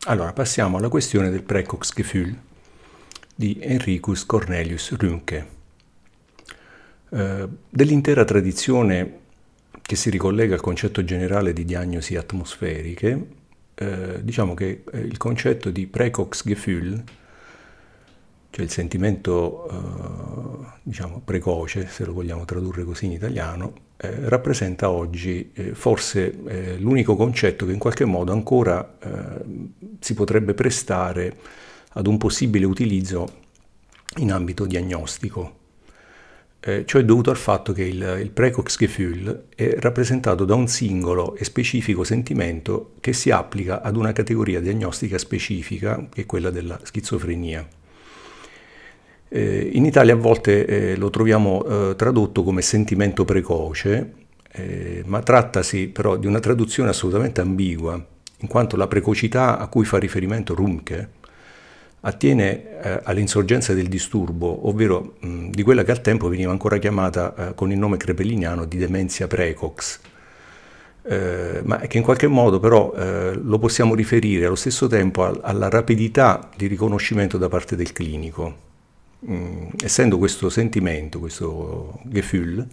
Allora, passiamo alla questione del Prägungsgefühl di Enricus Cornelius Rünke. Dell'intera tradizione che si ricollega al concetto generale di diagnosi atmosferiche, diciamo che il concetto di Prägungsgefühl, cioè il sentimento diciamo precoce, se lo vogliamo tradurre così in italiano, rappresenta oggi forse l'unico concetto che in qualche modo ancora si potrebbe prestare ad un possibile utilizzo in ambito diagnostico. Ciò è dovuto al fatto che il Prägungsgefühl è rappresentato da un singolo e specifico sentimento che si applica ad una categoria diagnostica specifica, che è quella della schizofrenia. In Italia a volte lo troviamo tradotto come sentimento precoce, ma trattasi però di una traduzione assolutamente ambigua, in quanto la precocità a cui fa riferimento Rünke attiene all'insorgenza del disturbo, ovvero di quella che al tempo veniva ancora chiamata con il nome crepelliniano di dementia precox, ma che in qualche modo però lo possiamo riferire allo stesso tempo alla rapidità di riconoscimento da parte del clinico. Essendo questo sentimento, questo Gefühl,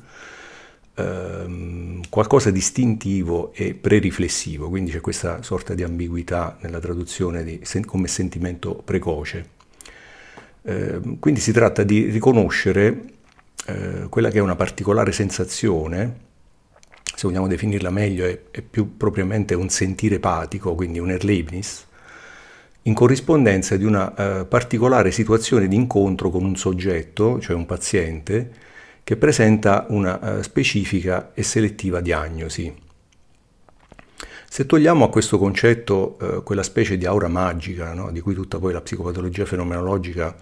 qualcosa di istintivo e preriflessivo, quindi c'è questa sorta di ambiguità nella traduzione come sentimento precoce. Quindi si tratta di riconoscere quella che è una particolare sensazione, se vogliamo definirla meglio è più propriamente un sentire epatico, quindi un Erlebnis, in corrispondenza di una particolare situazione di incontro con un soggetto, cioè un paziente, che presenta una specifica e selettiva diagnosi. Se togliamo a questo concetto quella specie di aura magica, no, di cui tutta poi la psicopatologia fenomenologica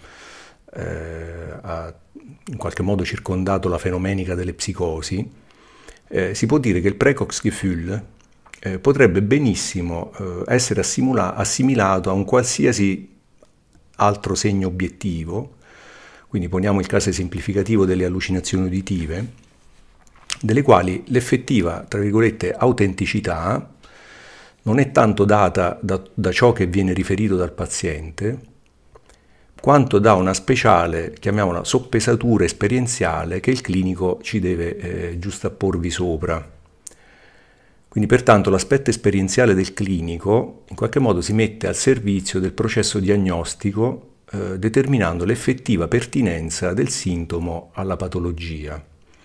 ha in qualche modo circondato la fenomenica delle psicosi, si può dire che il Prägungsgefühl potrebbe benissimo essere assimilato a un qualsiasi altro segno obiettivo, quindi poniamo il caso esemplificativo delle allucinazioni uditive, delle quali l'effettiva, tra virgolette, autenticità non è tanto data da ciò che viene riferito dal paziente, quanto da una speciale, chiamiamola, soppesatura esperienziale che il clinico ci deve giustapporvi sopra. Quindi pertanto l'aspetto esperienziale del clinico in qualche modo si mette al servizio del processo diagnostico determinando l'effettiva pertinenza del sintomo alla patologia.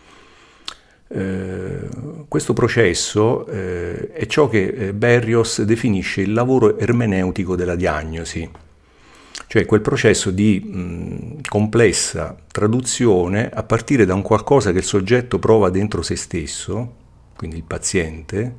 Questo processo è ciò che Berrios definisce il lavoro ermeneutico della diagnosi, cioè quel processo di complessa traduzione a partire da un qualcosa che il soggetto prova dentro se stesso, quindi il paziente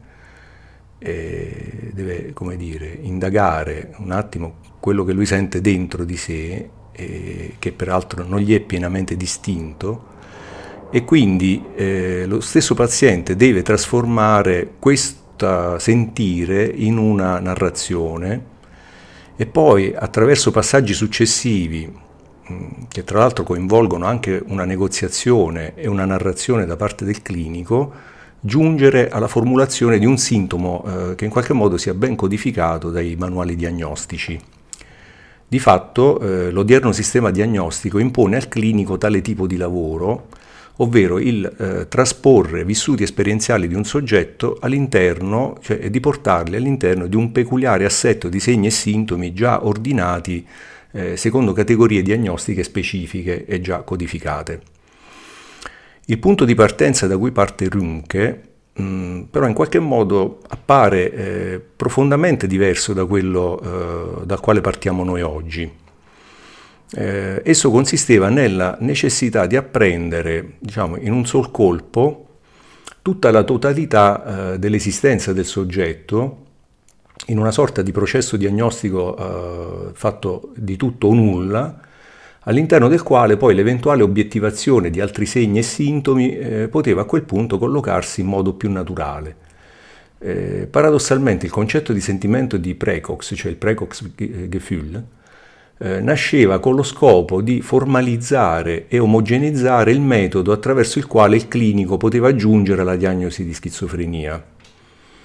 deve, come dire, indagare un attimo quello che lui sente dentro di sé, che peraltro non gli è pienamente distinto, e quindi lo stesso paziente deve trasformare questo sentire in una narrazione e poi attraverso passaggi successivi, che tra l'altro coinvolgono anche una negoziazione e una narrazione da parte del clinico, giungere alla formulazione di un sintomo che in qualche modo sia ben codificato dai manuali diagnostici. Di fatto l'odierno sistema diagnostico impone al clinico tale tipo di lavoro, ovvero il trasporre vissuti esperienziali di un soggetto all'interno, cioè di portarli all'interno di un peculiare assetto di segni e sintomi già ordinati secondo categorie diagnostiche specifiche e già codificate. Il punto di partenza da cui parte Rünke, però in qualche modo appare profondamente diverso da quello dal quale partiamo noi oggi. Esso consisteva nella necessità di apprendere, diciamo, in un sol colpo tutta la totalità dell'esistenza del soggetto in una sorta di processo diagnostico fatto di tutto o nulla, all'interno del quale poi l'eventuale obiettivazione di altri segni e sintomi poteva a quel punto collocarsi in modo più naturale. Paradossalmente il concetto di sentimento di Precox, cioè il Prägungsgefühl, nasceva con lo scopo di formalizzare e omogenizzare il metodo attraverso il quale il clinico poteva giungere alla diagnosi di schizofrenia.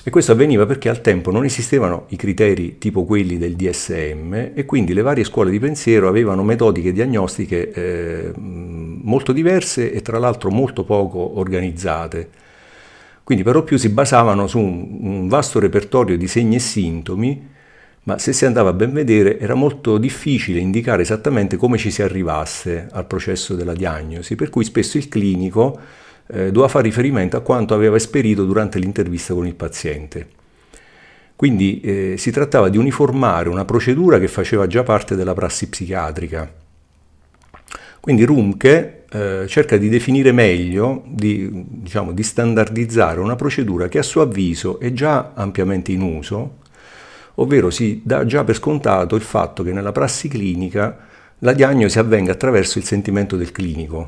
E questo avveniva perché al tempo non esistevano i criteri tipo quelli del DSM e quindi le varie scuole di pensiero avevano metodiche diagnostiche molto diverse e tra l'altro molto poco organizzate. Quindi per lo più si basavano su un vasto repertorio di segni e sintomi, ma se si andava a ben vedere era molto difficile indicare esattamente come ci si arrivasse al processo della diagnosi, per cui spesso il clinico doveva fare riferimento a quanto aveva esperito durante l'intervista con il paziente. Quindi si trattava di uniformare una procedura che faceva già parte della prassi psichiatrica. Quindi Rumke cerca di definire meglio, di standardizzare una procedura che a suo avviso è già ampiamente in uso, ovvero si dà già per scontato il fatto che nella prassi clinica la diagnosi avvenga attraverso il sentimento del clinico.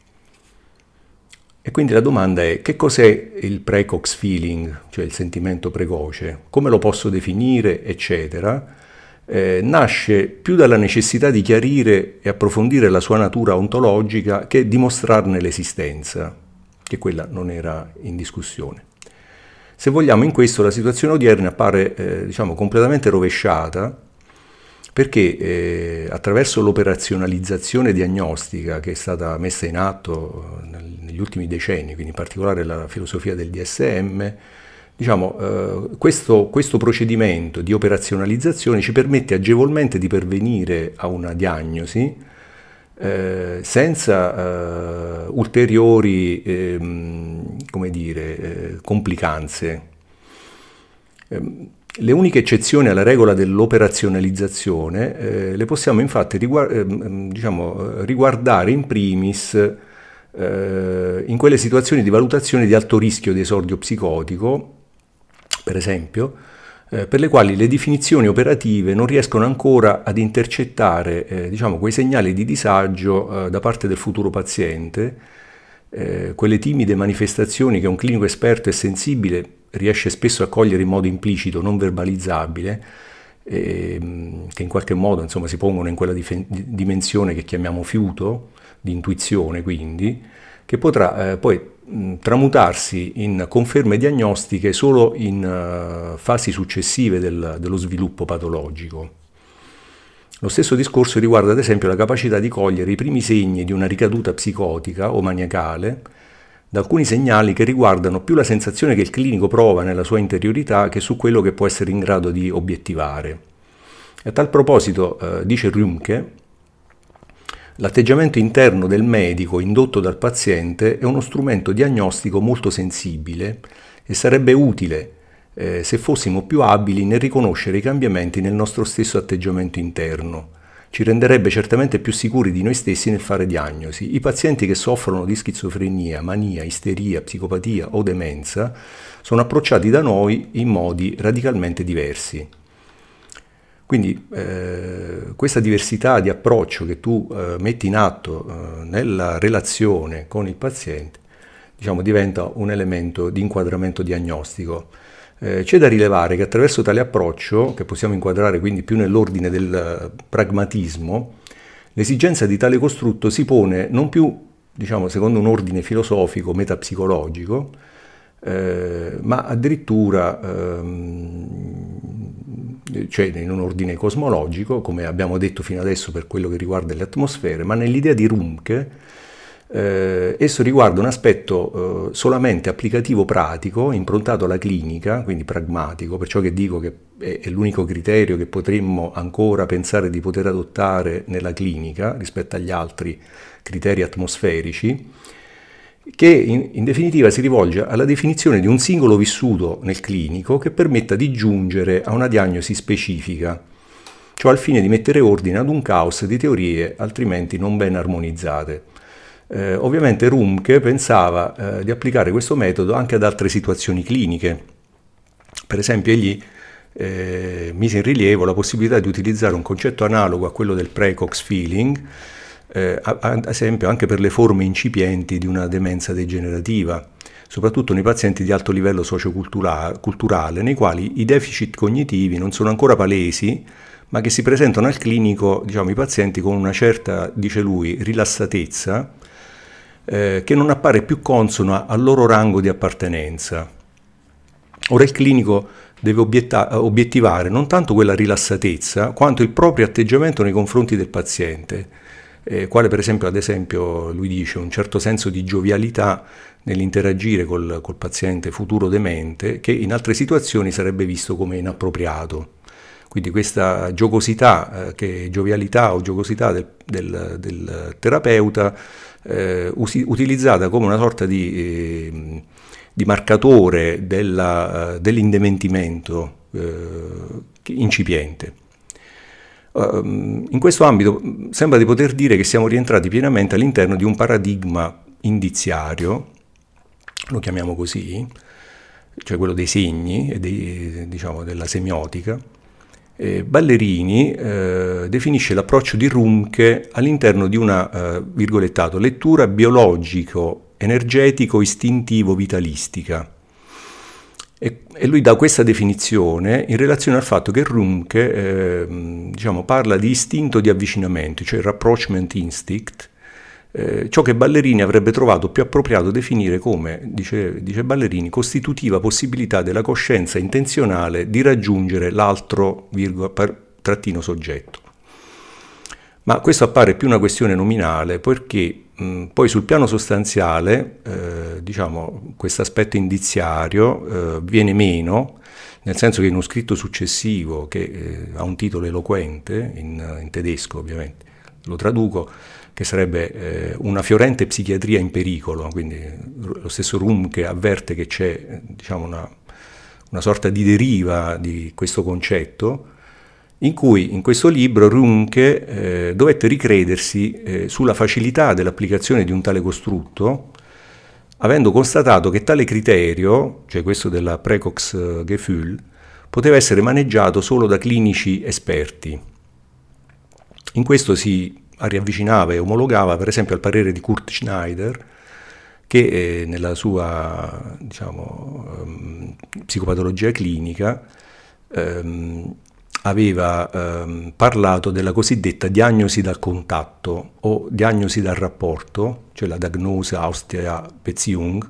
E quindi la domanda è: che cos'è il precox feeling, cioè il sentimento precoce? Come lo posso definire, eccetera? Nasce più dalla necessità di chiarire e approfondire la sua natura ontologica che dimostrarne l'esistenza, che quella non era in discussione. Se vogliamo, in questo la situazione odierna appare completamente rovesciata, perché attraverso l'operazionalizzazione diagnostica che è stata messa in atto negli ultimi decenni, quindi in particolare la filosofia del DSM, questo procedimento di operazionalizzazione ci permette agevolmente di pervenire a una diagnosi senza ulteriori complicanze. Le uniche eccezioni alla regola dell'operazionalizzazione le possiamo infatti riguardare in primis in quelle situazioni di valutazione di alto rischio di esordio psicotico, per esempio, per le quali le definizioni operative non riescono ancora ad intercettare quei segnali di disagio da parte del futuro paziente, quelle timide manifestazioni che un clinico esperto e sensibile riesce spesso a cogliere in modo implicito, non verbalizzabile, che in qualche modo si pongono in quella dimensione che chiamiamo fiuto, di intuizione quindi, che potrà poi tramutarsi in conferme diagnostiche solo in fasi successive dello sviluppo patologico. Lo stesso discorso riguarda ad esempio la capacità di cogliere i primi segni di una ricaduta psicotica o maniacale da alcuni segnali che riguardano più la sensazione che il clinico prova nella sua interiorità che su quello che può essere in grado di obiettivare. E a tal proposito, dice Rumke, l'atteggiamento interno del medico indotto dal paziente è uno strumento diagnostico molto sensibile e sarebbe utile se fossimo più abili nel riconoscere i cambiamenti nel nostro stesso atteggiamento interno. Ci renderebbe certamente più sicuri di noi stessi nel fare diagnosi. I pazienti che soffrono di schizofrenia, mania, isteria, psicopatia o demenza sono approcciati da noi in modi radicalmente diversi. Quindi questa diversità di approccio che tu metti in atto nella relazione con il paziente, diventa un elemento di inquadramento diagnostico. C'è da rilevare che attraverso tale approccio, che possiamo inquadrare quindi più nell'ordine del pragmatismo, l'esigenza di tale costrutto si pone non più, secondo un ordine filosofico metapsicologico, ma addirittura cioè in un ordine cosmologico, come abbiamo detto fino adesso per quello che riguarda le atmosfere, ma nell'idea di Rumke esso riguarda un aspetto solamente applicativo pratico, improntato alla clinica, quindi pragmatico, perciò che dico che è l'unico criterio che potremmo ancora pensare di poter adottare nella clinica rispetto agli altri criteri atmosferici, che in definitiva si rivolge alla definizione di un singolo vissuto nel clinico che permetta di giungere a una diagnosi specifica, cioè al fine di mettere ordine ad un caos di teorie altrimenti non ben armonizzate. Ovviamente Rumke pensava di applicare questo metodo anche ad altre situazioni cliniche. Per esempio egli mise in rilievo la possibilità di utilizzare un concetto analogo a quello del precox feeling, ad esempio anche per le forme incipienti di una demenza degenerativa, soprattutto nei pazienti di alto livello socioculturale, nei quali i deficit cognitivi non sono ancora palesi, ma che si presentano al clinico, i pazienti con una certa, dice lui, rilassatezza, che non appare più consona al loro rango di appartenenza. Ora il clinico deve obiettivare non tanto quella rilassatezza, quanto il proprio atteggiamento nei confronti del paziente, quale per esempio, ad esempio, lui dice, un certo senso di giovialità nell'interagire col paziente futuro demente, che in altre situazioni sarebbe visto come inappropriato. Quindi questa giocosità, giovialità o giocosità del terapeuta, utilizzata come una sorta di marcatore dell'indementimento incipiente. In questo ambito sembra di poter dire che siamo rientrati pienamente all'interno di un paradigma indiziario, lo chiamiamo così, cioè quello dei segni e diciamo, della semiotica. Ballerini definisce l'approccio di Rumke all'interno di una, virgolettato, lettura biologico-energetico-istintivo-vitalistica. E lui dà questa definizione in relazione al fatto che Rumke diciamo, parla di istinto di avvicinamento, cioè rapprochement instinct, ciò che Ballerini avrebbe trovato più appropriato definire come, dice Ballerini, costitutiva possibilità della coscienza intenzionale di raggiungere l'altro trattino soggetto. Ma questo appare più una questione nominale perché poi sul piano sostanziale diciamo, questo aspetto indiziario viene meno, nel senso che in uno scritto successivo che ha un titolo eloquente, in tedesco ovviamente, lo traduco, che sarebbe una fiorente psichiatria in pericolo, quindi lo stesso Rumke avverte che c'è diciamo, una sorta di deriva di questo concetto, in cui in questo libro Rumke dovette ricredersi sulla facilità dell'applicazione di un tale costrutto, avendo constatato che tale criterio, cioè questo della Prägungsgefühl, poteva essere maneggiato solo da clinici esperti. In questo si riavvicinava e omologava per esempio al parere di Kurt Schneider, che nella sua diciamo, psicopatologia clinica aveva parlato della cosiddetta diagnosi dal contatto o diagnosi dal rapporto, cioè la Diagnose aus der Beziehung,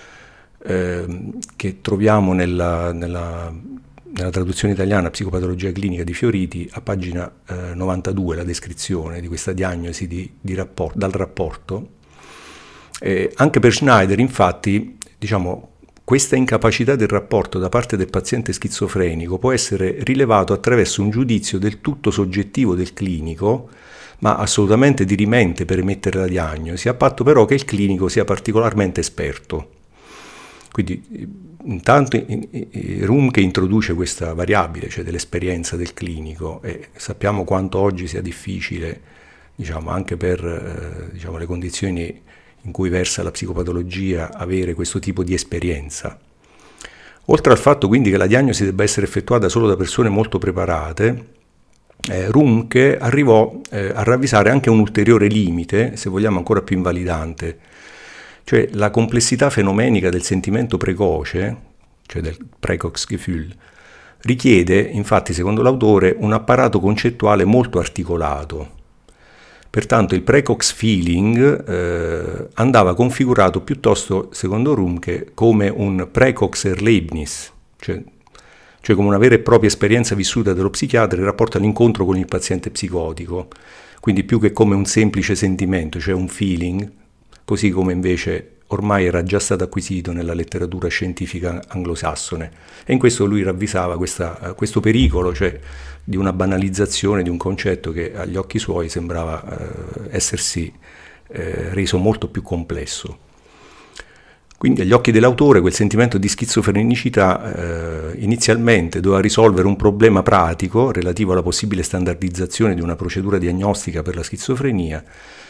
che troviamo nella traduzione italiana Psicopatologia clinica di Fioriti a pagina 92, la descrizione di questa diagnosi dal rapporto. Anche per Schneider, infatti, diciamo, questa incapacità del rapporto da parte del paziente schizofrenico può essere rilevato attraverso un giudizio del tutto soggettivo del clinico, ma assolutamente dirimente per emettere la diagnosi, a patto però che il clinico sia particolarmente esperto. Quindi intanto Rumke introduce questa variabile, cioè dell'esperienza del clinico, e sappiamo quanto oggi sia difficile, diciamo, anche per diciamo, le condizioni in cui versa la psicopatologia, avere questo tipo di esperienza. Oltre al fatto quindi che la diagnosi debba essere effettuata solo da persone molto preparate, Rumke arrivò a ravvisare anche un ulteriore limite, se vogliamo ancora più invalidante, cioè la complessità fenomenica del sentimento precoce, cioè del Prägungsgefühl, richiede, infatti, secondo l'autore, un apparato concettuale molto articolato. Pertanto il Prägungsfeeling andava configurato piuttosto, secondo Rumke, come un Prägungserlebnis, cioè come una vera e propria esperienza vissuta dallo psichiatra in rapporto all'incontro con il paziente psicotico, quindi più che come un semplice sentimento, cioè un feeling, così come invece ormai era già stato acquisito nella letteratura scientifica anglosassone. E in questo lui ravvisava questo pericolo, cioè di una banalizzazione di un concetto che agli occhi suoi sembrava essersi reso molto più complesso. Quindi agli occhi dell'autore quel sentimento di schizofrenicità inizialmente doveva risolvere un problema pratico relativo alla possibile standardizzazione di una procedura diagnostica per la schizofrenia,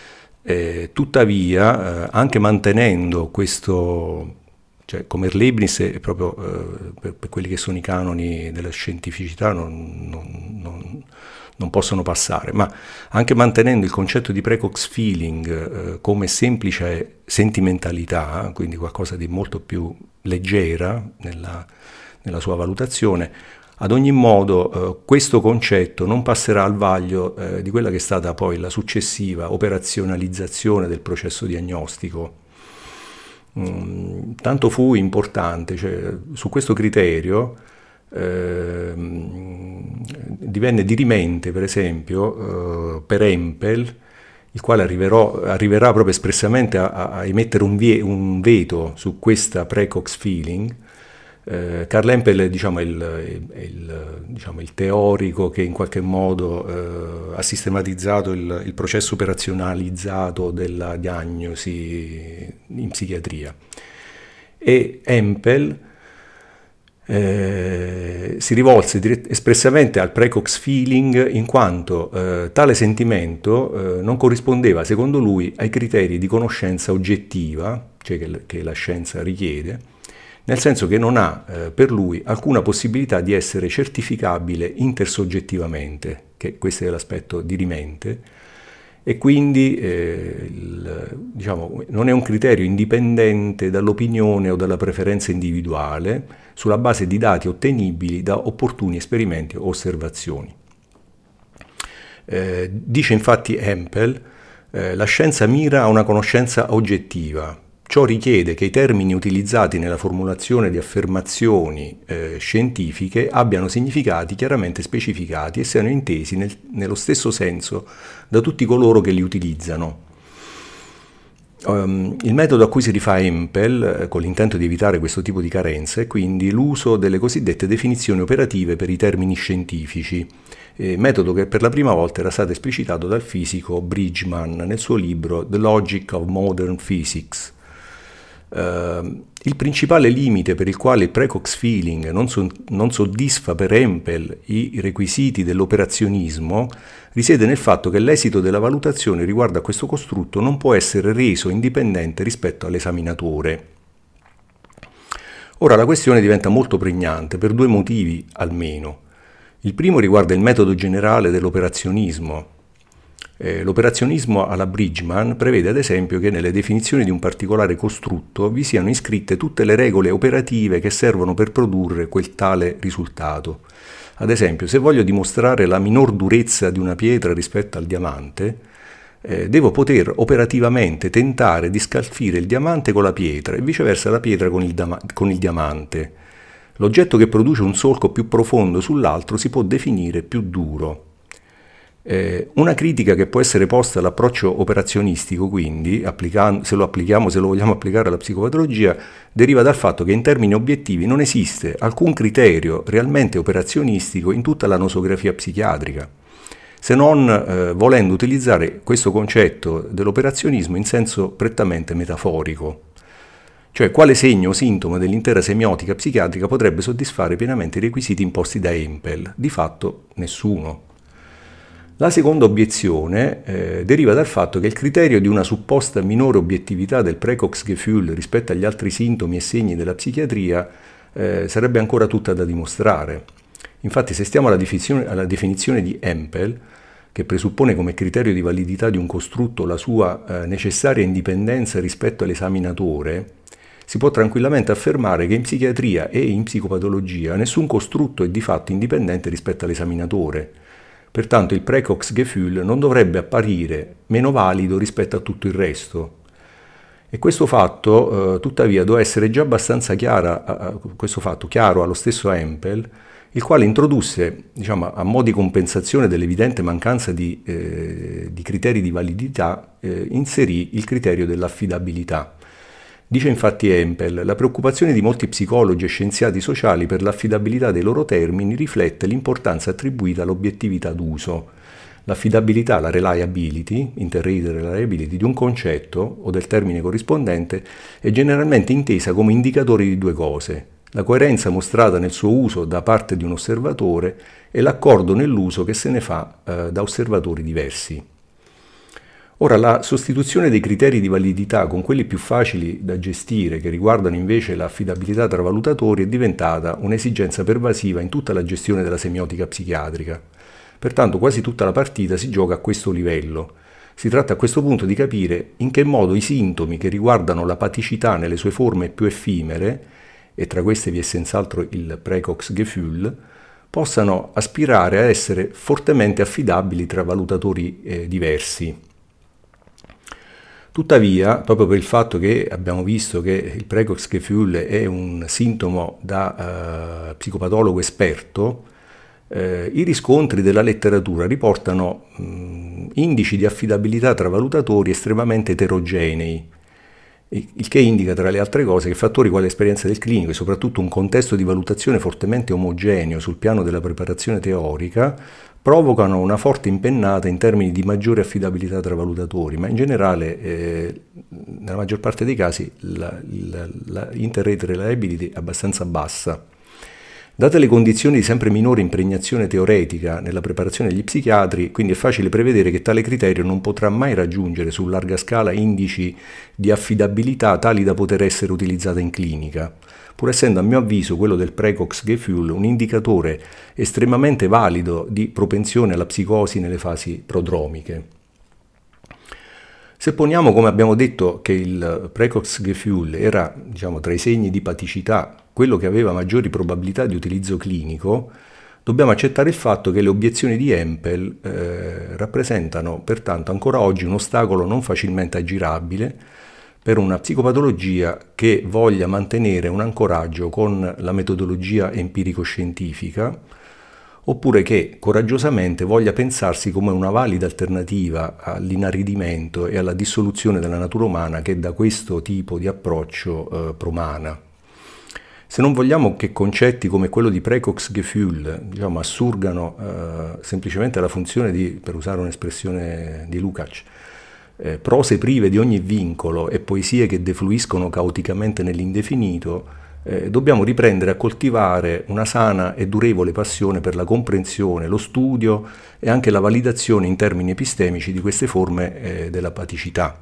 tuttavia anche mantenendo questo, cioè come Erlebnis è proprio per quelli che sono i canoni della scientificità non possono passare, ma anche mantenendo il concetto di Prägungsfeeling come semplice sentimentalità, quindi qualcosa di molto più leggera nella sua valutazione, ad ogni modo questo concetto non passerà al vaglio di quella che è stata poi la successiva operazionalizzazione del processo diagnostico, Tanto fu importante, cioè, su questo criterio divenne dirimente, per esempio, per Hempel, il quale arriverà proprio espressamente a emettere un veto su questa precox feeling. Karl Hempel diciamo, è il teorico che in qualche modo ha sistematizzato il processo operazionalizzato della diagnosi in psichiatria. E Hempel si rivolse espressamente al precox feeling in quanto tale sentimento non corrispondeva, secondo lui, ai criteri di conoscenza oggettiva, cioè che la scienza richiede, nel senso che non ha per lui alcuna possibilità di essere certificabile intersoggettivamente, che questo è l'aspetto dirimente, e quindi diciamo, non è un criterio indipendente dall'opinione o dalla preferenza individuale sulla base di dati ottenibili da opportuni esperimenti o osservazioni. Dice infatti Hempel, la scienza mira a una conoscenza oggettiva. Ciò richiede che i termini utilizzati nella formulazione di affermazioni scientifiche abbiano significati chiaramente specificati e siano intesi nello stesso senso da tutti coloro che li utilizzano. Il metodo a cui si rifà Hempel, con l'intento di evitare questo tipo di carenze, è quindi l'uso delle cosiddette definizioni operative per i termini scientifici, metodo che per la prima volta era stato esplicitato dal fisico Bridgman nel suo libro The Logic of Modern Physics. Il principale limite per il quale il precox feeling non soddisfa per Hempel i requisiti dell'operazionismo risiede nel fatto che l'esito della valutazione riguardo a questo costrutto non può essere reso indipendente rispetto all'esaminatore. Ora la questione diventa molto pregnante per due motivi almeno. Il primo riguarda il metodo generale dell'operazionismo. L'operazionismo alla Bridgman prevede ad esempio che nelle definizioni di un particolare costrutto vi siano iscritte tutte le regole operative che servono per produrre quel tale risultato. Ad esempio, se voglio dimostrare la minor durezza di una pietra rispetto al diamante, devo poter operativamente tentare di scalfire il diamante con la pietra e viceversa la pietra con il diamante. L'oggetto che produce un solco più profondo sull'altro si può definire più duro. Una critica che può essere posta all'approccio operazionistico, quindi, se lo vogliamo applicare alla psicopatologia, deriva dal fatto che in termini obiettivi non esiste alcun criterio realmente operazionistico in tutta la nosografia psichiatrica, se non volendo utilizzare questo concetto dell'operazionismo in senso prettamente metaforico. Cioè, quale segno o sintomo dell'intera semiotica psichiatrica potrebbe soddisfare pienamente i requisiti imposti da Hempel? Di fatto, nessuno. La seconda obiezione deriva dal fatto che il criterio di una supposta minore obiettività del Precox-Gefühl rispetto agli altri sintomi e segni della psichiatria sarebbe ancora tutta da dimostrare. Infatti, se stiamo alla definizione di Hempel, che presuppone come criterio di validità di un costrutto la sua necessaria indipendenza rispetto all'esaminatore, si può tranquillamente affermare che in psichiatria e in psicopatologia nessun costrutto è di fatto indipendente rispetto all'esaminatore. Pertanto il Precox-Gefühl non dovrebbe apparire meno valido rispetto a tutto il resto. E questo fatto, tuttavia, doveva essere già abbastanza chiaro allo stesso Hempel, il quale introdusse, diciamo, a mo' di compensazione dell'evidente mancanza di criteri di validità, inserì il criterio dell'affidabilità. Dice infatti Hempel, la preoccupazione di molti psicologi e scienziati sociali per l'affidabilità dei loro termini riflette l'importanza attribuita all'obiettività d'uso. L'affidabilità, la reliability, interrated reliability, di un concetto o del termine corrispondente è generalmente intesa come indicatore di due cose: la coerenza mostrata nel suo uso da parte di un osservatore e l'accordo nell'uso che se ne fa da osservatori diversi. Ora, la sostituzione dei criteri di validità con quelli più facili da gestire, che riguardano invece l'affidabilità tra valutatori, è diventata un'esigenza pervasiva in tutta la gestione della semiotica psichiatrica. Pertanto quasi tutta la partita si gioca a questo livello. Si tratta a questo punto di capire in che modo i sintomi che riguardano la paticità nelle sue forme più effimere, e tra queste vi è senz'altro il Precox-Gefühl, possano aspirare a essere fortemente affidabili tra valutatori diversi. Tuttavia, proprio per il fatto che abbiamo visto che il Praecox-Gefühl è un sintomo da psicopatologo esperto, i riscontri della letteratura riportano indici di affidabilità tra valutatori estremamente eterogenei, il che indica tra le altre cose che fattori quali l'esperienza del clinico e soprattutto un contesto di valutazione fortemente omogeneo sul piano della preparazione teorica provocano una forte impennata in termini di maggiore affidabilità tra valutatori, ma in generale nella maggior parte dei casi la interrate reliability è abbastanza bassa. Date le condizioni di sempre minore impregnazione teoretica nella preparazione degli psichiatri, quindi è facile prevedere che tale criterio non potrà mai raggiungere su larga scala indici di affidabilità tali da poter essere utilizzata in clinica, pur essendo a mio avviso quello del Praecox-Gefühl un indicatore estremamente valido di propensione alla psicosi nelle fasi prodromiche. Se poniamo, come abbiamo detto, che il Praecox-Gefühl era, tra i segni di paticità quello che aveva maggiori probabilità di utilizzo clinico, dobbiamo accettare il fatto che le obiezioni di Hempel rappresentano pertanto ancora oggi un ostacolo non facilmente aggirabile per una psicopatologia che voglia mantenere un ancoraggio con la metodologia empirico-scientifica, oppure che coraggiosamente voglia pensarsi come una valida alternativa all'inaridimento e alla dissoluzione della natura umana che da questo tipo di approccio promana. Se non vogliamo che concetti come quello di Praecox-Gefühl assurgano semplicemente alla funzione di, per usare un'espressione di Lukács, prose prive di ogni vincolo e poesie che defluiscono caoticamente nell'indefinito, dobbiamo riprendere a coltivare una sana e durevole passione per la comprensione, lo studio e anche la validazione in termini epistemici di queste forme della paticità.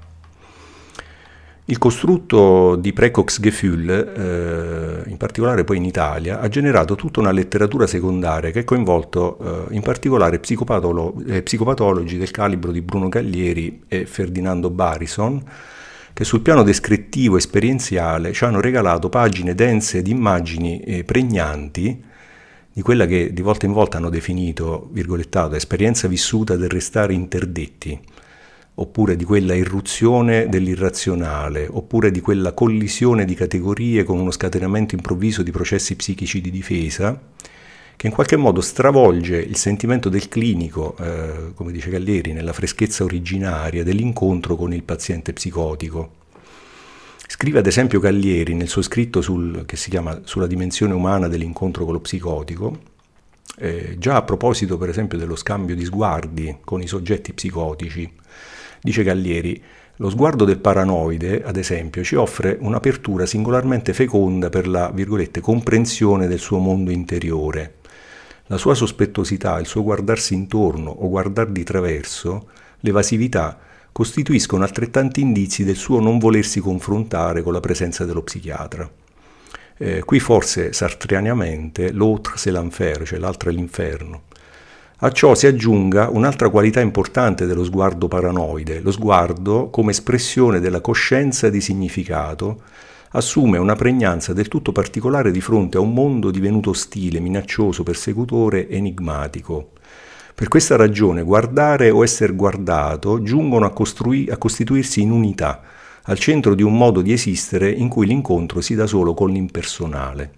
Il costrutto di Praecox-Gefühl, in particolare poi in Italia, ha generato tutta una letteratura secondaria che ha coinvolto in particolare psicopatologi del calibro di Bruno Gallieri e Ferdinando Barison, che sul piano descrittivo e esperienziale ci hanno regalato pagine dense di immagini pregnanti di quella che di volta in volta hanno definito, virgolettato, esperienza vissuta del restare interdetti, oppure di quella irruzione dell'irrazionale, oppure di quella collisione di categorie con uno scatenamento improvviso di processi psichici di difesa, che in qualche modo stravolge il sentimento del clinico, come dice Gallieri, nella freschezza originaria dell'incontro con il paziente psicotico. Scrive ad esempio Gallieri nel suo scritto che si chiama Sulla dimensione umana dell'incontro con lo psicotico, già a proposito per esempio dello scambio di sguardi con i soggetti psicotici, dice Gallieri: lo sguardo del paranoide, ad esempio, ci offre un'apertura singolarmente feconda per la, virgolette, comprensione del suo mondo interiore. La sua sospettosità, il suo guardarsi intorno o guardar di traverso, l'evasività, costituiscono altrettanti indizi del suo non volersi confrontare con la presenza dello psichiatra. Qui forse sartrianiamente l'autre c'est l'enfer, cioè l'altro è l'inferno. A ciò si aggiunga un'altra qualità importante dello sguardo paranoide: lo sguardo, come espressione della coscienza di significato, assume una pregnanza del tutto particolare di fronte a un mondo divenuto ostile, minaccioso, persecutore, enigmatico. Per questa ragione guardare o essere guardato giungono a costituirsi in unità, al centro di un modo di esistere in cui l'incontro si dà solo con l'impersonale.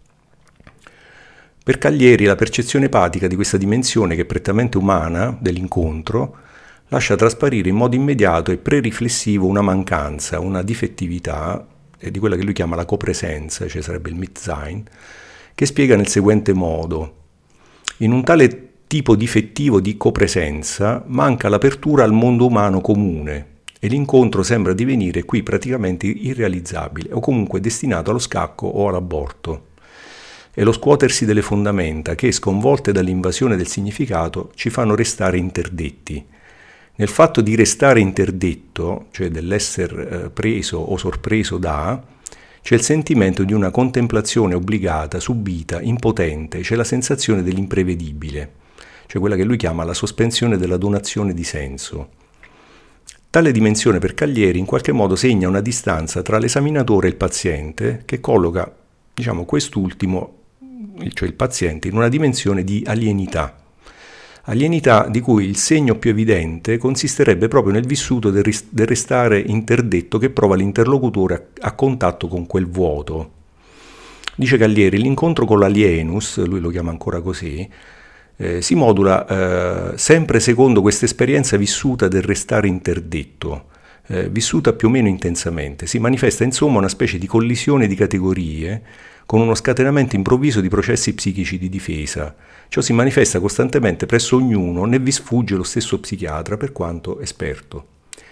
Per Gallieri la percezione epatica di questa dimensione, che è prettamente umana, dell'incontro, lascia trasparire in modo immediato e pre-riflessivo una mancanza, una difettività di quella che lui chiama la copresenza, cioè sarebbe il Mitsein, che spiega nel seguente modo: in un tale tipo difettivo di copresenza manca l'apertura al mondo umano comune e l'incontro sembra divenire qui praticamente irrealizzabile o comunque destinato allo scacco o all'aborto. È lo scuotersi delle fondamenta che, sconvolte dall'invasione del significato, ci fanno restare interdetti. Nel fatto di restare interdetto, cioè dell'essere preso o sorpreso da, c'è il sentimento di una contemplazione obbligata, subita, impotente, c'è la sensazione dell'imprevedibile, cioè quella che lui chiama la sospensione della donazione di senso. Tale dimensione per Gallieri in qualche modo segna una distanza tra l'esaminatore e il paziente che colloca, quest'ultimo, cioè il paziente, in una dimensione di alienità. alienità di cui il segno più evidente consisterebbe proprio nel vissuto del restare interdetto che prova l'interlocutore a contatto con quel vuoto. Dice Gallieri, l'incontro con l'alienus, lui lo chiama ancora così, si modula sempre secondo questa esperienza vissuta del restare interdetto, vissuta più o meno intensamente. Si manifesta insomma una specie di collisione di categorie con uno scatenamento improvviso di processi psichici di difesa. Ciò si manifesta costantemente presso ognuno, né vi sfugge lo stesso psichiatra per quanto esperto.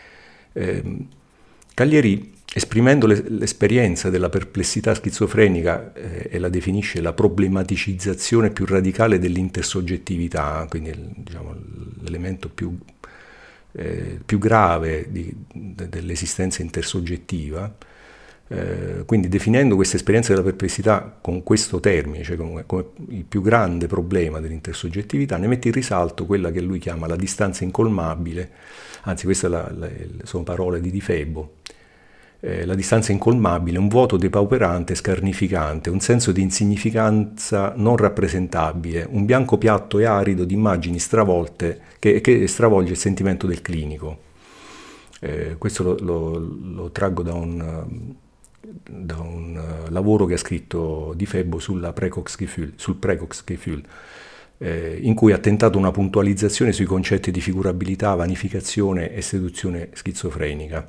Cagliari, esprimendo l'esperienza della perplessità schizofrenica, e la definisce la problematicizzazione più radicale dell'intersoggettività, quindi diciamo, l'elemento più grave dell'esistenza intersoggettiva, quindi definendo questa esperienza della perplessità con questo termine, cioè come il più grande problema dell'intersoggettività, ne mette in risalto quella che lui chiama la distanza incolmabile, anzi queste sono parole di Di Febbo. La distanza incolmabile, un vuoto depauperante, scarnificante, un senso di insignificanza non rappresentabile, un bianco piatto e arido di immagini stravolte che stravolge il sentimento del clinico. Questo lo traggo da un lavoro che ha scritto Di Febbo sul Precox-Gefühl, in cui ha tentato una puntualizzazione sui concetti di figurabilità, vanificazione e seduzione schizofrenica.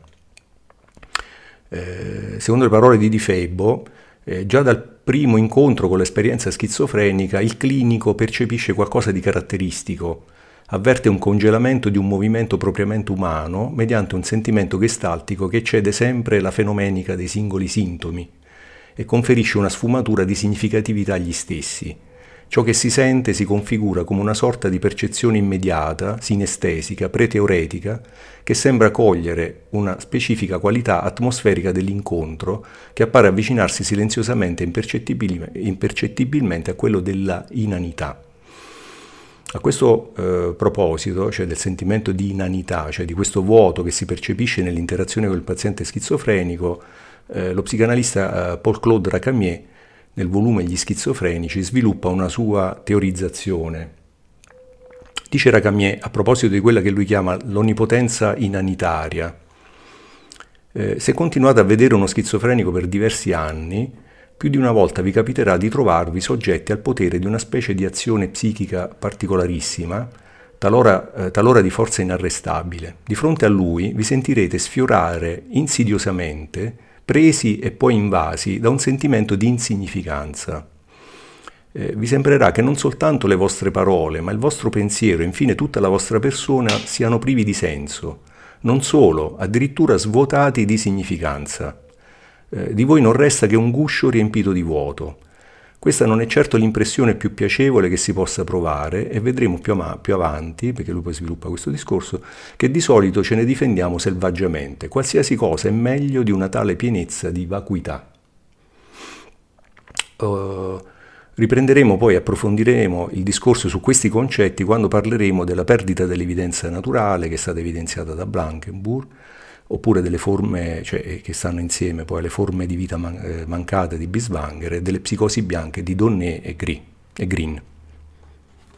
Secondo le parole di Di Febbo, già dal primo incontro con l'esperienza schizofrenica il clinico percepisce qualcosa di caratteristico, avverte un congelamento di un movimento propriamente umano mediante un sentimento gestaltico che eccede sempre la fenomenica dei singoli sintomi e conferisce una sfumatura di significatività agli stessi. Ciò che si sente si configura come una sorta di percezione immediata, sinestesica, preteoretica, che sembra cogliere una specifica qualità atmosferica dell'incontro che appare avvicinarsi silenziosamente e impercettibilmente a quello della inanità. A questo proposito, cioè del sentimento di inanità, cioè di questo vuoto che si percepisce nell'interazione con il paziente schizofrenico, lo psicanalista Paul-Claude Racamier, nel volume Gli schizofrenici, sviluppa una sua teorizzazione. Dice Racamier, a proposito di quella che lui chiama l'onnipotenza inanitaria: se continuate a vedere uno schizofrenico per diversi anni, più di una volta vi capiterà di trovarvi soggetti al potere di una specie di azione psichica particolarissima, talora di forza inarrestabile. Di fronte a lui vi sentirete sfiorare insidiosamente, presi e poi invasi da un sentimento di insignificanza. Vi sembrerà che non soltanto le vostre parole, ma il vostro pensiero e infine tutta la vostra persona siano privi di senso, non solo, addirittura svuotati di significanza. Di voi non resta che un guscio riempito di vuoto. Questa non è certo l'impressione più piacevole che si possa provare, e vedremo più avanti, perché lui poi sviluppa questo discorso, che di solito ce ne difendiamo selvaggiamente. Qualsiasi cosa è meglio di una tale pienezza di vacuità. Riprenderemo poi, approfondiremo il discorso su questi concetti quando parleremo della perdita dell'evidenza naturale, che è stata evidenziata da Blankenburg, oppure delle forme, cioè, che stanno insieme poi alle forme di vita mancate di Binswanger, e delle psicosi bianche di Donnet e Green.